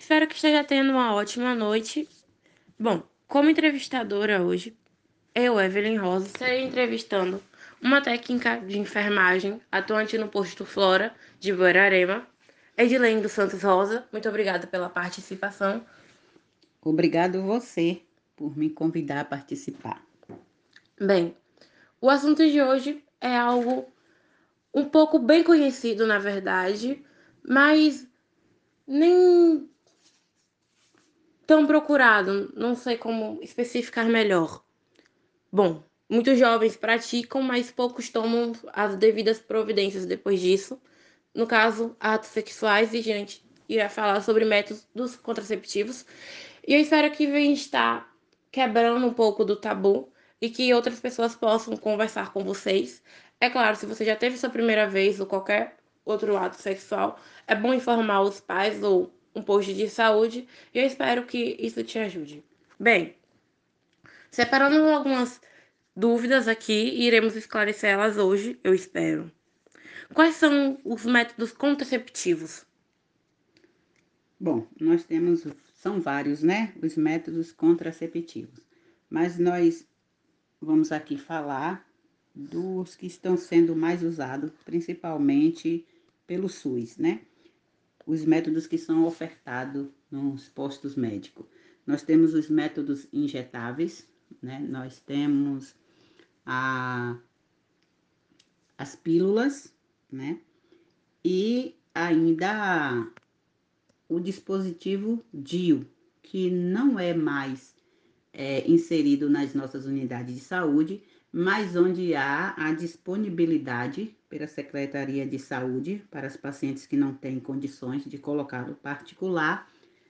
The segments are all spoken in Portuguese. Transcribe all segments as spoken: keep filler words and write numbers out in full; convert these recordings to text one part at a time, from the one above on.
Espero que esteja tendo uma ótima noite. Bom, como entrevistadora hoje, eu, Evelyn Rosa, estarei entrevistando uma técnica de enfermagem atuante no posto Flora de Borarema, Edilene dos Santos Rosa. Muito obrigada pela participação. Obrigado você por me convidar a participar. Bem, o assunto de hoje é algo um pouco bem conhecido, na verdade, mas nem tão procurado, não sei como especificar melhor. Bom, muitos jovens praticam, mas poucos tomam as devidas providências depois disso. No caso, atos sexuais, e a gente irá falar sobre métodos contraceptivos. E eu espero que venha estar quebrando um pouco do tabu e que outras pessoas possam conversar com vocês. É claro, se você já teve sua primeira vez ou qualquer outro ato sexual, é bom informar os pais ou um posto de saúde, e eu espero que isso te ajude. Bem, separando algumas dúvidas aqui e iremos esclarecê-las hoje, eu espero. Quais são os métodos contraceptivos? Bom, nós temos, são vários, né? Os métodos contraceptivos, mas nós vamos aqui falar dos que estão sendo mais usados, principalmente pelo SUS, né? Os métodos que são ofertados nos postos médicos. Nós temos os métodos injetáveis, né? Nós temos a, as pílulas, né? E ainda o dispositivo D I U, que não é mais é, inserido nas nossas unidades de saúde, mas onde há a disponibilidade pela Secretaria de Saúde para os pacientes que não têm condições de colocar no particular.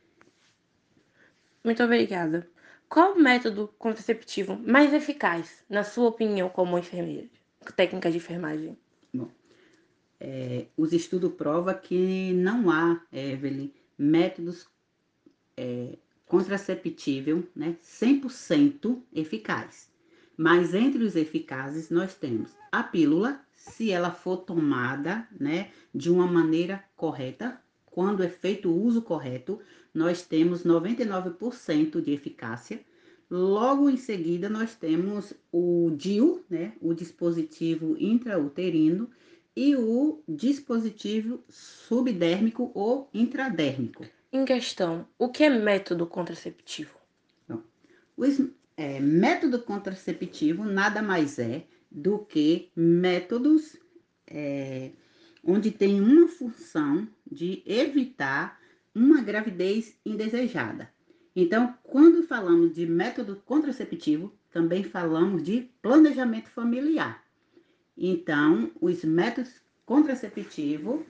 Muito obrigada. Qual o método contraceptivo mais eficaz, na sua opinião, como enfermeira, técnica de enfermagem? Bom, é, os estudos provam que não há, Evelyn, métodos é, contraceptível, né, cem por cento eficaz. Mas entre os eficazes nós temos a pílula, se ela for tomada, né, de uma maneira correta, quando é feito o uso correto, nós temos noventa e nove por cento de eficácia. Logo em seguida nós temos o D I U, né, o dispositivo intrauterino, e o dispositivo subdérmico ou intradérmico. Em questão, o que é método contraceptivo? Então, o es- é, método contraceptivo nada mais é do que métodos é, onde tem uma função de evitar uma gravidez indesejada. Então, quando falamos de método contraceptivo, também falamos de planejamento familiar. Então, os métodos contraceptivos,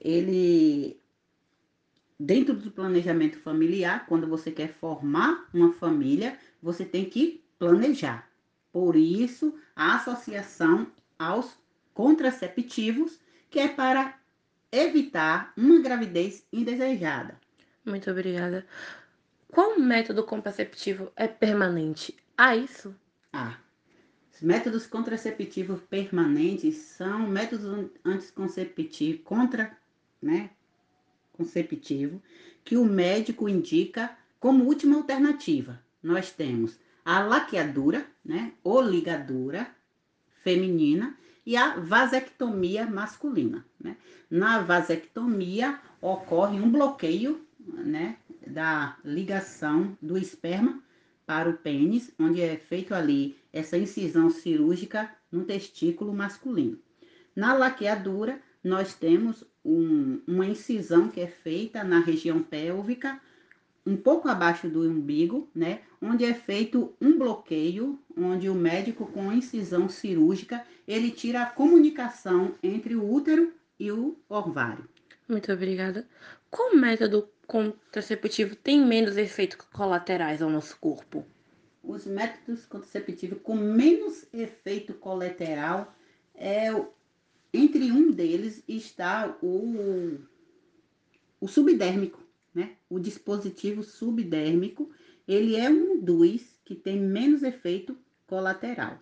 ele dentro do planejamento familiar, quando você quer formar uma família, você tem que planejar. Por isso, a associação aos contraceptivos, que é para evitar uma gravidez indesejada. Muito obrigada. Qual método contraceptivo é permanente? Ah, isso? Ah, os métodos contraceptivos permanentes são métodos anticonceptivos contra, né, conceptivo que o médico indica como última alternativa. Nós temos a laqueadura, né, ou ligadura feminina e a vasectomia masculina, né? Na vasectomia ocorre um bloqueio, né, da ligação do esperma para o pênis, onde é feito ali essa incisão cirúrgica no testículo masculino. Na laqueadura, nós temos um, uma incisão que é feita na região pélvica, um pouco abaixo do umbigo, né? Onde é feito um bloqueio, onde o médico com incisão cirúrgica, ele tira a comunicação entre o útero e o ovário. Muito obrigada. Qual método contraceptivo tem menos efeitos colaterais ao nosso corpo? Os métodos contraceptivos com menos efeito colateral é entre um deles está o o subdérmico, né? O dispositivo subdérmico, ele é um dos que tem menos efeito colateral.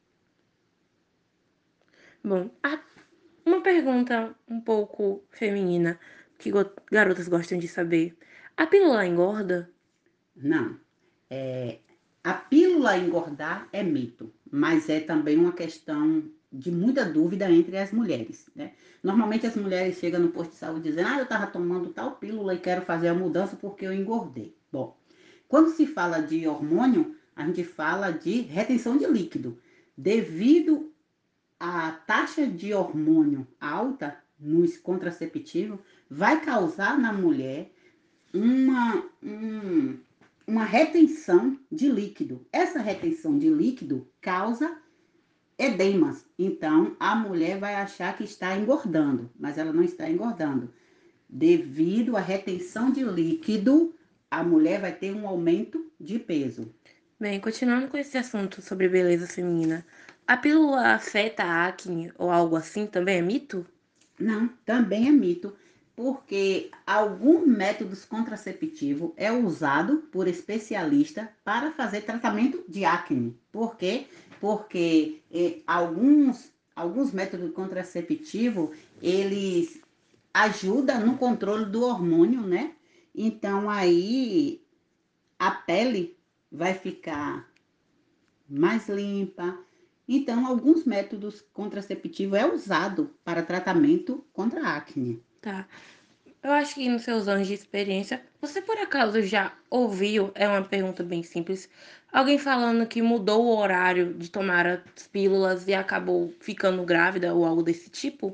Bom, uma pergunta um pouco feminina que garotas gostam de saber. A pílula engorda? Não. É, a pílula engordar é mito, mas é também uma questão de muita dúvida entre as mulheres, né? Normalmente as mulheres chegam no posto de saúde dizendo, ah, eu estava tomando tal pílula e quero fazer a mudança porque eu engordei. Bom, quando se fala de hormônio, a gente fala de retenção de líquido. Devido à taxa de hormônio alta nos contraceptivos, vai causar na mulher uma, um, uma retenção de líquido. Essa retenção de líquido causa edemas. Então, a mulher vai achar que está engordando, mas ela não está engordando. Devido à retenção de líquido, a mulher vai ter um aumento de peso. Bem, continuando com esse assunto sobre beleza feminina, a pílula afeta a acne ou algo assim também é mito? Não, também é mito, porque alguns métodos contraceptivos é usado por especialista para fazer tratamento de acne. Por quê? Porque eh, alguns, alguns métodos contraceptivos, eles ajudam no controle do hormônio, né? Então aí a pele vai ficar mais limpa. Então, alguns métodos contraceptivos é usado para tratamento contra a acne. Tá. Eu acho que nos seus anos de experiência, você por acaso já ouviu, é uma pergunta bem simples, alguém falando que mudou o horário de tomar as pílulas e acabou ficando grávida ou algo desse tipo?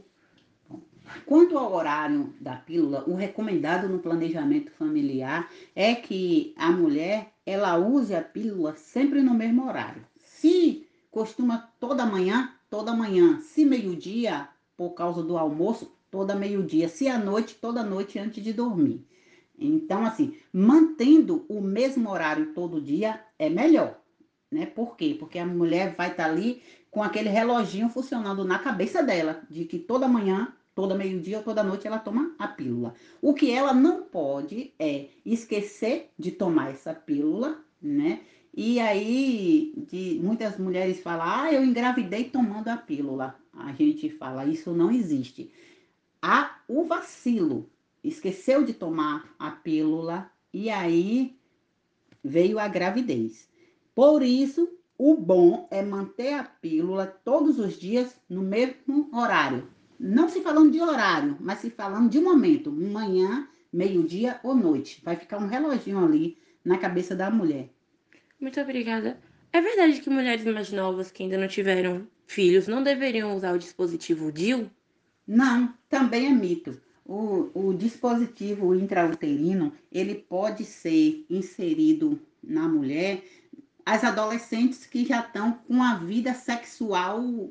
Quanto ao horário da pílula, o recomendado no planejamento familiar é que a mulher ela use a pílula sempre no mesmo horário. Se costuma toda manhã, toda manhã. Se meio-dia, por causa do almoço, toda meio-dia. Se à noite, toda noite antes de dormir. Então, assim, mantendo o mesmo horário todo dia é melhor, né? Por quê? Porque a mulher vai estar ali com aquele reloginho funcionando na cabeça dela, de que toda manhã, toda meio-dia ou toda noite ela toma a pílula. O que ela não pode é esquecer de tomar essa pílula, né? E aí, de, muitas mulheres falam, ah, eu engravidei tomando a pílula. A gente fala, isso não existe. Há o vacilo, esqueceu de tomar a pílula e aí veio a gravidez. Por isso, o bom é manter a pílula todos os dias no mesmo horário. Não se falando de horário, mas se falando de momento, manhã, meio-dia ou noite. Vai ficar um reloginho ali na cabeça da mulher. Muito obrigada. É verdade que mulheres mais novas que ainda não tiveram filhos não deveriam usar o dispositivo D I U? Não, também é mito. O, o dispositivo intrauterino, ele pode ser inserido na mulher, as adolescentes que já estão com a vida sexual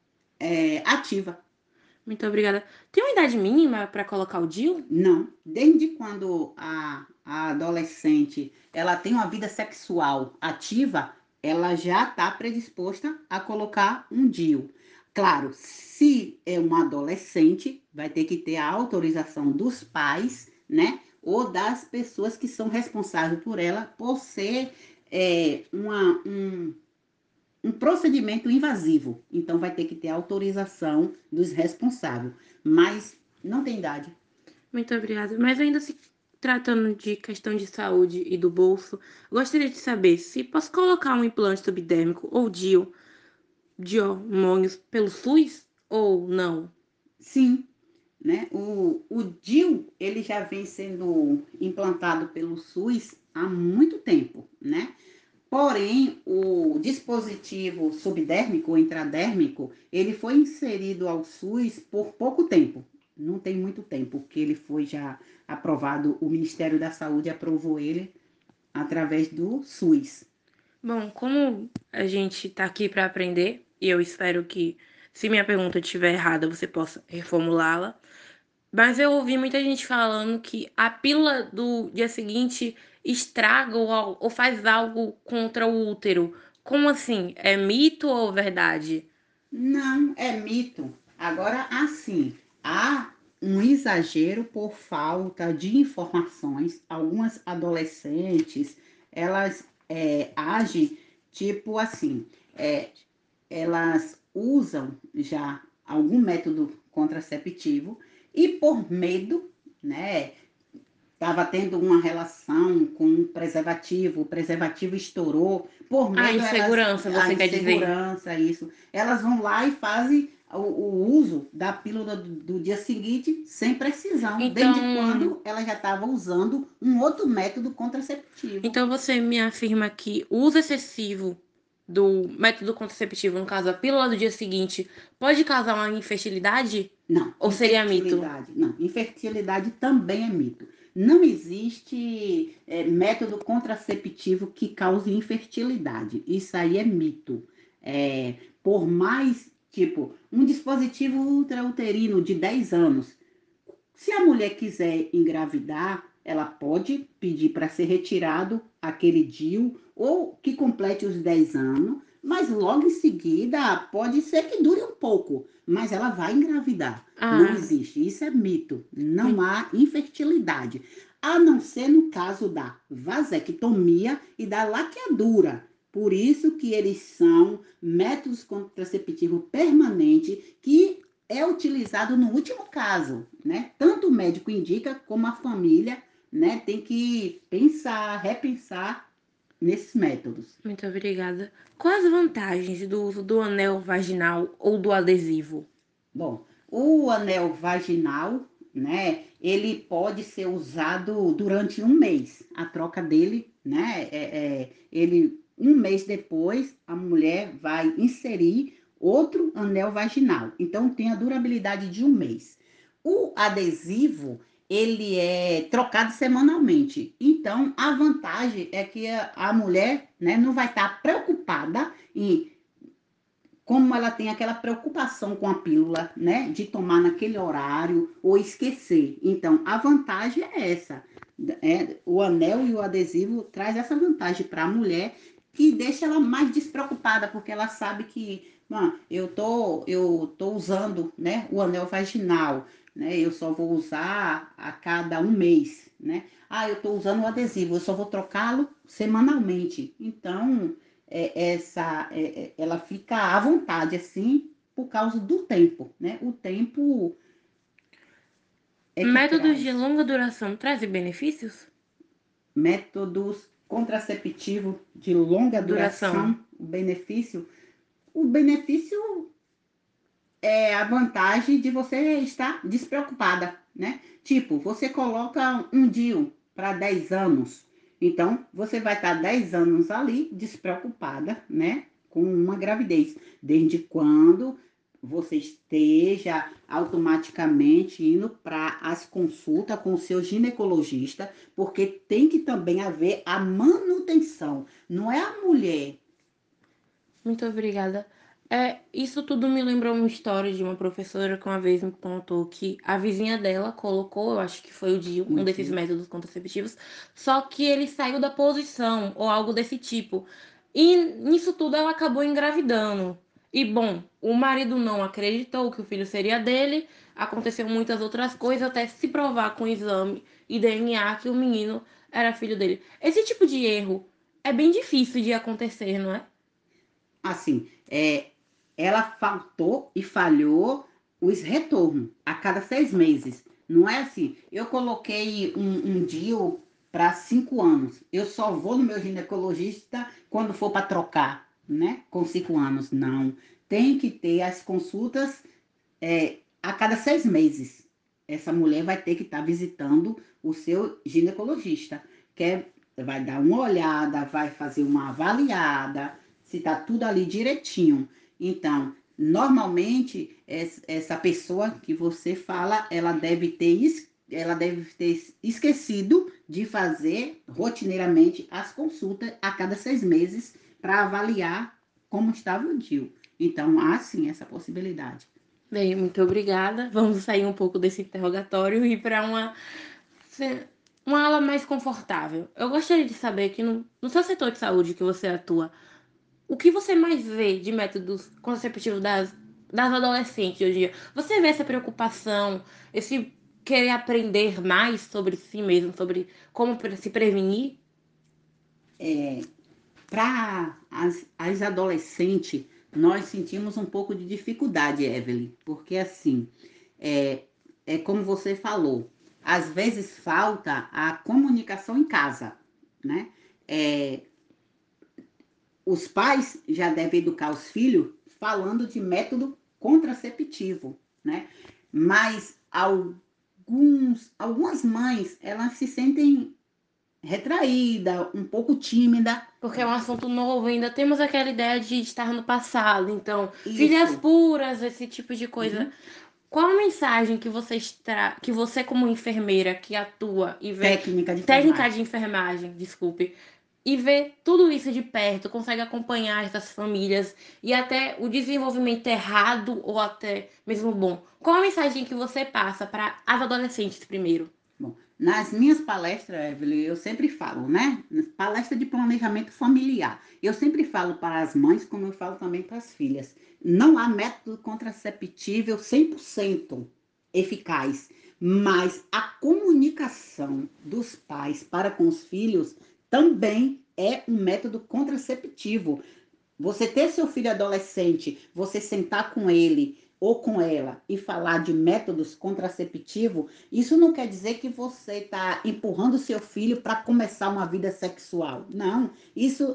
é, ativa. Muito obrigada. Tem uma idade mínima para colocar o D I U? Não, desde quando a, a adolescente ela tem uma vida sexual ativa, ela já está predisposta a colocar um D I U. Claro, se é uma adolescente, vai ter que ter a autorização dos pais, né? Ou das pessoas que são responsáveis por ela, por ser é, uma, um, um procedimento invasivo. Então, vai ter que ter autorização dos responsáveis. Mas não tem idade. Muito obrigada. Mas ainda se tratando de questão de saúde e do bolso, gostaria de saber se posso colocar um implante subdérmico ou D I U de hormônios pelo SUS ou não? Sim, né? O, o D I U, ele já vem sendo implantado pelo SUS há muito tempo, né? Porém, o dispositivo subdérmico ou intradérmico, ele foi inserido ao SUS por pouco tempo. Não tem muito tempo que ele foi já aprovado, o Ministério da Saúde aprovou ele através do SUS. Bom, como a gente está aqui para aprender, e eu espero que, se minha pergunta estiver errada, você possa reformulá-la. Mas eu ouvi muita gente falando que a pílula do dia seguinte estraga ou, al- ou faz algo contra o útero. Como assim? É mito ou verdade? Não, é mito. Agora, assim, há um exagero por falta de informações. Algumas adolescentes, elas é, agem tipo assim, é, elas usam já algum método contraceptivo e por medo, né, estava tendo uma relação com um preservativo, o preservativo estourou, por A medo elas, insegurança, a você quer dizer? insegurança, isso, elas vão lá e fazem o, o uso da pílula do, do dia seguinte sem precisão, desde Então, quando ela já estava usando um outro método contraceptivo. então você me afirma que o uso excessivo do método contraceptivo, no caso a pílula do dia seguinte, pode causar uma infertilidade? Não, Ou seria mito? infertilidade, não, infertilidade também é mito. Não existe é, método contraceptivo que cause infertilidade. Isso aí é mito. É, por mais, tipo, um dispositivo ultrauterino de dez anos, se a mulher quiser engravidar, ela pode pedir para ser retirado aquele D I U ou que complete os dez anos, mas logo em seguida pode ser que dure um pouco, mas ela vai engravidar. Não Ah, existe, isso é mito. Não muito há infertilidade, a não ser no caso da vasectomia e da laqueadura. Por isso que eles são métodos contraceptivos permanentes que é utilizado no último caso, né? Tanto o médico indica como a família, né, tem que pensar, repensar nesses métodos. muito obrigada. Quais as vantagens do uso do anel vaginal ou do adesivo? Bom, o anel vaginal, né, ele pode ser usado durante um mês. A troca dele, né, é, é, ele um mês depois a mulher vai inserir outro anel vaginal. Então tem a durabilidade de um mês. O adesivo ele é trocado semanalmente. Então a vantagem é que a, a mulher, né, não vai estar preocupada em como ela tem aquela preocupação com a pílula, né, de tomar naquele horário ou esquecer. Então, a vantagem é essa. É, o anel e o adesivo traz essa vantagem para a mulher que deixa ela mais despreocupada, porque ela sabe que, mano, eu tô, eu tô usando, né, o anel vaginal, né, eu só vou usar a cada um mês, né? Ah, eu tô usando o adesivo, eu só vou trocá-lo semanalmente. Então, é, essa, é, é, ela fica à vontade, assim, por causa do tempo, né? O tempo é que Métodos de traz longa duração trazem benefícios? métodos contraceptivos de longa Duração. duração, o benefício, o benefício é a vantagem de você estar despreocupada, né? Tipo, você coloca um D I U para dez anos, então você vai estar dez anos ali despreocupada, né? Com uma gravidez, desde quando você esteja automaticamente indo para as consultas com o seu ginecologista, porque tem que também haver a manutenção. Não é a mulher. Muito obrigada. É, isso tudo me lembrou uma história de uma professora que uma vez me contou que a vizinha dela colocou, eu acho que foi o D I U, O um desses D I U. métodos contraceptivos, só que ele saiu da posição ou algo desse tipo. E nisso tudo ela acabou engravidando. E bom, o marido não acreditou que o filho seria dele, aconteceu muitas outras coisas até se provar com exame e D N A que o menino era filho dele. Esse tipo de erro é bem difícil de acontecer, não é? Assim, é, ela faltou e falhou os retornos a cada seis meses. Não é assim, eu coloquei um, um D I U para cinco anos. Eu só vou no meu ginecologista quando for para trocar, né? Com cinco anos. Não. Tem que ter as consultas é, a cada seis meses. Essa mulher vai ter que estar tá visitando o seu ginecologista, que é, vai dar uma olhada, vai fazer uma avaliada, se está tudo ali direitinho. Então, normalmente, essa pessoa que você fala, ela deve ter, ela deve ter esquecido de fazer rotineiramente as consultas a cada seis meses para avaliar como estava o D I U. Então, há sim essa possibilidade. Bem, muito obrigada. Vamos sair um pouco desse interrogatório e ir para uma, uma aula mais confortável. Eu gostaria de saber que no, no seu setor de saúde que você atua, o que você mais vê de métodos contraceptivos das, das adolescentes hoje em dia? Você vê essa preocupação, esse querer aprender mais sobre si mesmo, sobre como pre- se prevenir? Para as, as adolescentes, nós sentimos um pouco de dificuldade, Evelyn, porque assim, é, é como você falou, Às vezes falta a comunicação em casa, né? É, os pais já devem educar os filhos falando de método contraceptivo, né? Mas alguns, algumas mães, elas se sentem retraída, um pouco tímida. Porque é um assunto novo, ainda temos aquela ideia de estar no passado. Então, filhas Isso. puras, esse tipo de coisa. Uhum. Qual a mensagem que você, tra... que você como enfermeira que atua e vê Técnica de técnica enfermagem. de enfermagem, desculpe, e vê tudo isso de perto, consegue acompanhar essas famílias e até o desenvolvimento errado ou até mesmo bom. Qual a mensagem que você passa para as adolescentes primeiro? Bom, nas minhas palestras, Evelyn, eu sempre falo, né? Palestra de planejamento familiar. Eu sempre falo para as mães, como eu falo também para as filhas. Não há método contraceptivo cem por cento eficaz, mas a comunicação dos pais para com os filhos também é um método contraceptivo. Você ter seu filho adolescente, você sentar com ele ou com ela e falar de métodos contraceptivos, isso não quer dizer que você está empurrando seu filho para começar uma vida sexual. Não, isso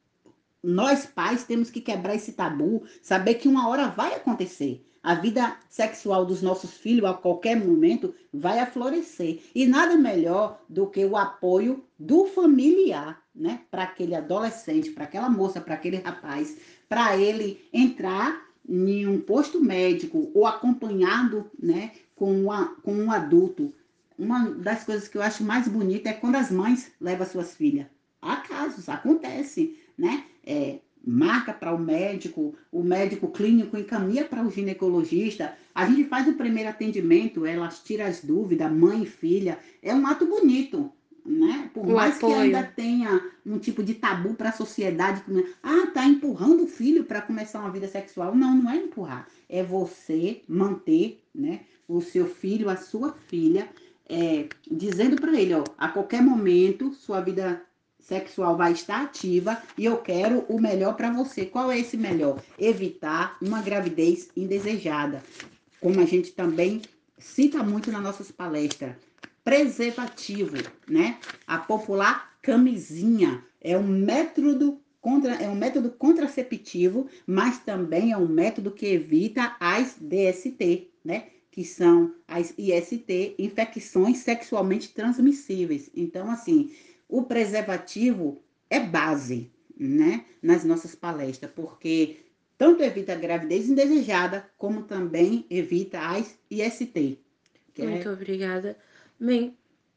nós pais temos que quebrar esse tabu, saber que uma hora vai acontecer. A vida sexual dos nossos filhos, a qualquer momento, vai aflorescer. E nada melhor do que o apoio do familiar, né? Para aquele adolescente, para aquela moça, para aquele rapaz, para ele entrar em um posto médico ou acompanhado, né, com, uma, com um adulto. Uma das coisas que eu acho mais bonita é quando as mães levam suas filhas. Há casos, acontece, né? É, marca para o médico, o médico clínico encaminha para o ginecologista, a gente faz o primeiro atendimento, elas tiram as dúvidas, mãe e filha, é um ato bonito, né? Por O mais que ainda apoio. tenha um tipo de tabu para a sociedade, ah, tá empurrando o filho para começar uma vida sexual. Não, não é empurrar, é você manter, né, o seu filho, a sua filha, é, dizendo para ele, ó, a qualquer momento sua vida sexual vai estar ativa e eu quero o melhor para você. Qual é esse melhor? Evitar uma gravidez indesejada. Como a gente também cita muito nas nossas palestras, preservativo, né? A popular camisinha é um método contra, é um método contraceptivo, mas também é um método que evita as D S T, né? Que são as I S T, infecções sexualmente transmissíveis. Então, assim, o preservativo é base, né, nas nossas palestras, porque tanto evita a gravidez indesejada, como também evita as I S T. Que Muito é, obrigada. Bem,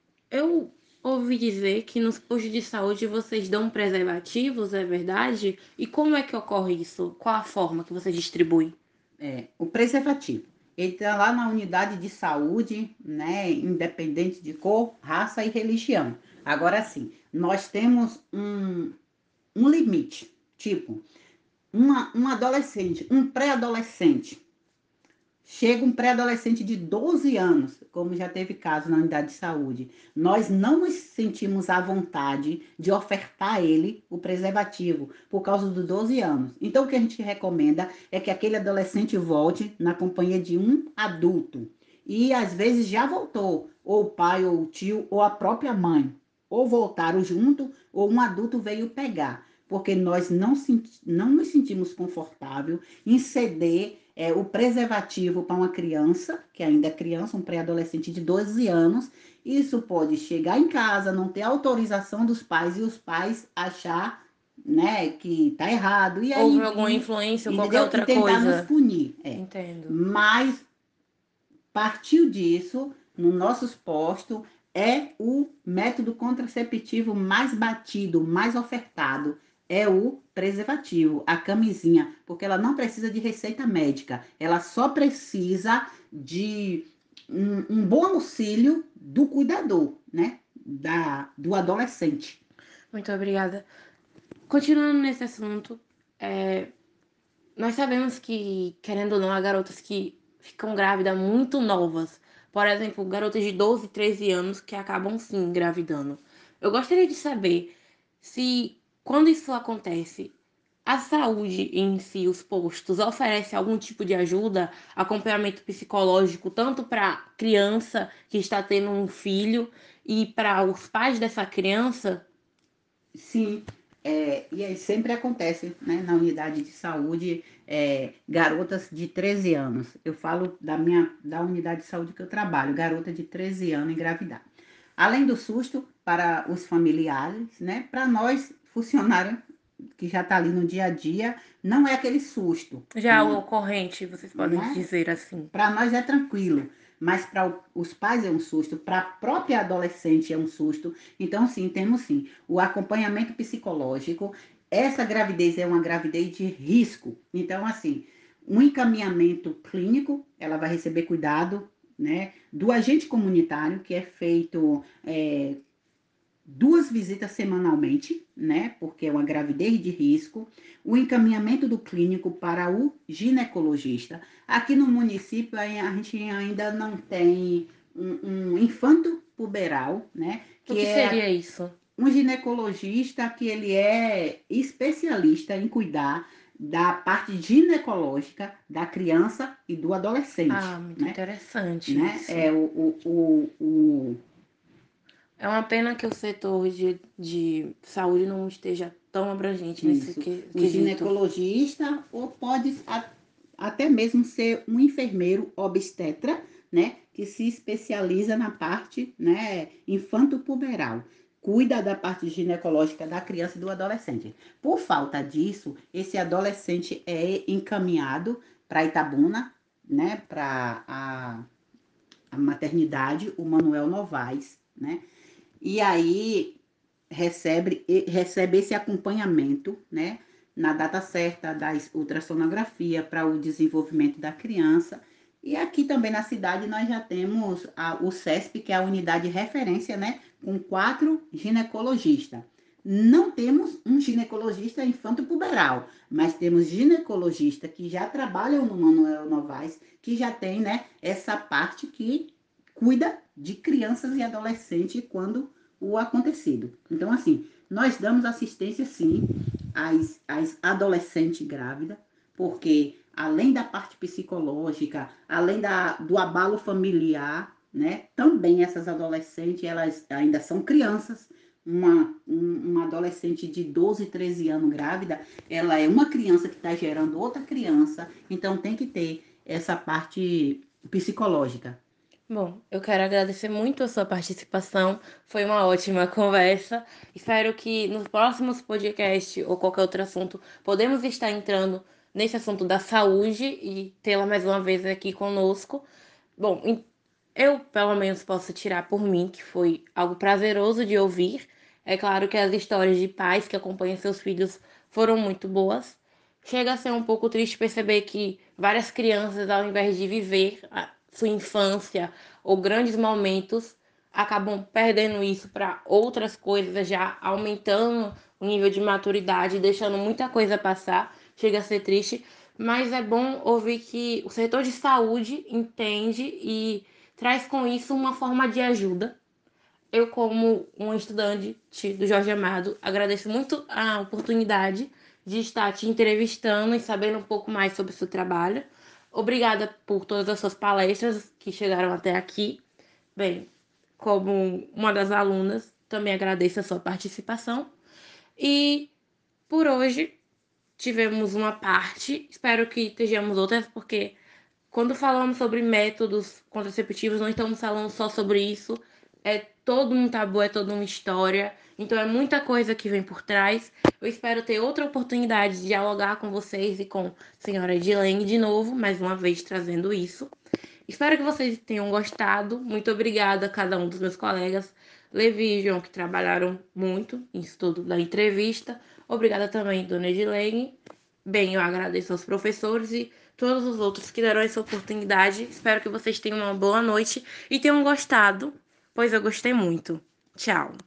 eu ouvi dizer que nos postos de saúde vocês dão preservativos, é verdade? E como é que ocorre isso? Qual a forma que vocês distribuem? é o preservativo. Ele está lá na unidade de saúde, né, independente de cor, raça e religião. Agora sim, nós temos um, um limite, tipo, uma, um adolescente, um pré-adolescente. Chega um pré-adolescente de doze anos, como já teve caso na unidade de saúde. Nós não nos sentimos à vontade de ofertar a ele o preservativo por causa dos doze anos. Então, o que a gente recomenda é que aquele adolescente volte na companhia de um adulto. E às vezes já voltou, ou o pai, ou o tio, ou a própria mãe. Ou voltaram junto, ou um adulto veio pegar. Porque nós não, não nos sentimos confortável em ceder é, o preservativo para uma criança, que ainda é criança, um pré-adolescente de doze anos, isso pode chegar em casa, não ter autorização dos pais e os pais achar, né, que tá errado, e Houve aí, alguma e, influência ou qualquer entendeu? E outra tentar nos coisa? punir. É. Entendo. Mas partiu disso, nos nossos postos, é o método contraceptivo mais batido, mais ofertado. É o preservativo, a camisinha, porque ela não precisa de receita médica, ela só precisa de um, um bom auxílio do cuidador, né? Da, do adolescente. Muito obrigada. Continuando nesse assunto, é, nós sabemos que, querendo ou não, há garotas que ficam grávidas muito novas. Por exemplo, garotas de doze, treze anos que acabam sim engravidando. Eu gostaria de saber se, quando isso acontece, A saúde em si, os postos, oferece algum tipo de ajuda, acompanhamento psicológico, tanto para a criança que está tendo um filho e para os pais dessa criança? Sim, é, e aí sempre acontece, né, na unidade de saúde, é, garotas de treze anos. Eu falo da minha da unidade de saúde que eu trabalho, garota de treze anos engravidar. Além do susto para os familiares, né, para nós funcionários que já está ali no dia a dia, não é aquele susto, Já o não, ocorrente, vocês podem né? dizer assim. Para nós é tranquilo, mas para os pais é um susto, para a própria adolescente é um susto. Então, sim, temos sim o acompanhamento psicológico. Essa gravidez é uma gravidez de risco. Então, assim, um encaminhamento clínico, ela vai receber cuidado, né, do agente comunitário, que é feito é, duas visitas semanalmente, né? Porque é uma gravidez de risco, o encaminhamento do clínico para o ginecologista. Aqui no município a gente ainda não tem um, um infanto puberal, né? O Que que é seria isso? um ginecologista que ele é especialista em cuidar da parte ginecológica da criança e do Ah, adolescente, muito né? interessante né? isso. É o, o, o, o É uma pena que o setor de, de saúde não esteja tão abrangente nesse Isso. que- O quesito. ginecologista ou pode a- até mesmo ser um enfermeiro obstetra, né, que se especializa na parte, né, infanto-puberal. Cuida da parte ginecológica da criança e do adolescente. Por falta disso, esse adolescente é encaminhado para Itabuna, né, para a, a maternidade, o Manuel Novaes, né? E aí recebe, recebe esse acompanhamento, né, na data certa da ultrassonografia para o desenvolvimento da criança. E aqui também na cidade nós já temos a, o CESP, que é a unidade de referência, né, com quatro ginecologistas. Não temos um ginecologista infanto-puberal, mas temos ginecologistas que já trabalham no Manuel Novaes, que já tem, né, essa parte que cuida de crianças e adolescentes quando o acontecido. Então, assim, nós damos assistência, sim, às, às adolescentes grávidas, porque além da parte psicológica, além da, do abalo familiar, né, também essas adolescentes, elas ainda são crianças. Uma, um, uma adolescente de doze, treze anos grávida, ela é uma criança que está gerando outra criança, então tem que ter essa parte psicológica. Bom, eu quero agradecer muito a sua participação. Foi uma ótima conversa. Espero que nos próximos podcasts ou qualquer outro assunto podemos estar entrando nesse assunto da saúde e tê-la mais uma vez aqui conosco. Bom, em- eu pelo menos posso tirar por mim que foi algo prazeroso de ouvir. É claro que as histórias de pais que acompanham seus filhos foram muito boas. Chega a ser um pouco triste perceber que várias crianças, ao invés de viver a sua infância ou grandes momentos, acabam perdendo isso para outras coisas, já aumentando o nível de maturidade, deixando muita coisa passar. Chega a ser triste, mas é bom ouvir que o setor de saúde entende e traz com isso uma forma de ajuda. Eu, como um estudante do Jorge Amado, agradeço muito a oportunidade de estar te entrevistando e sabendo um pouco mais sobre o seu trabalho. Obrigada por todas as suas palestras que chegaram até aqui. Bem, como uma das alunas, também agradeço a sua participação. E por hoje tivemos uma parte, espero que estejamos outras, porque quando falamos sobre métodos contraceptivos, não estamos falando só sobre isso. É todo um tabu, é toda uma história. Então é muita coisa que vem por trás. Eu espero ter outra oportunidade de dialogar com vocês e com a senhora Edilene de novo, mais uma vez trazendo isso. Espero que vocês tenham gostado. Muito obrigada a cada um dos meus colegas, Levi e João, que trabalharam muito em estudo da entrevista. Obrigada também, dona Edilene. Bem, eu agradeço aos professores e todos os outros que deram essa oportunidade. Espero que vocês tenham uma boa noite e tenham gostado, pois eu gostei muito. Tchau.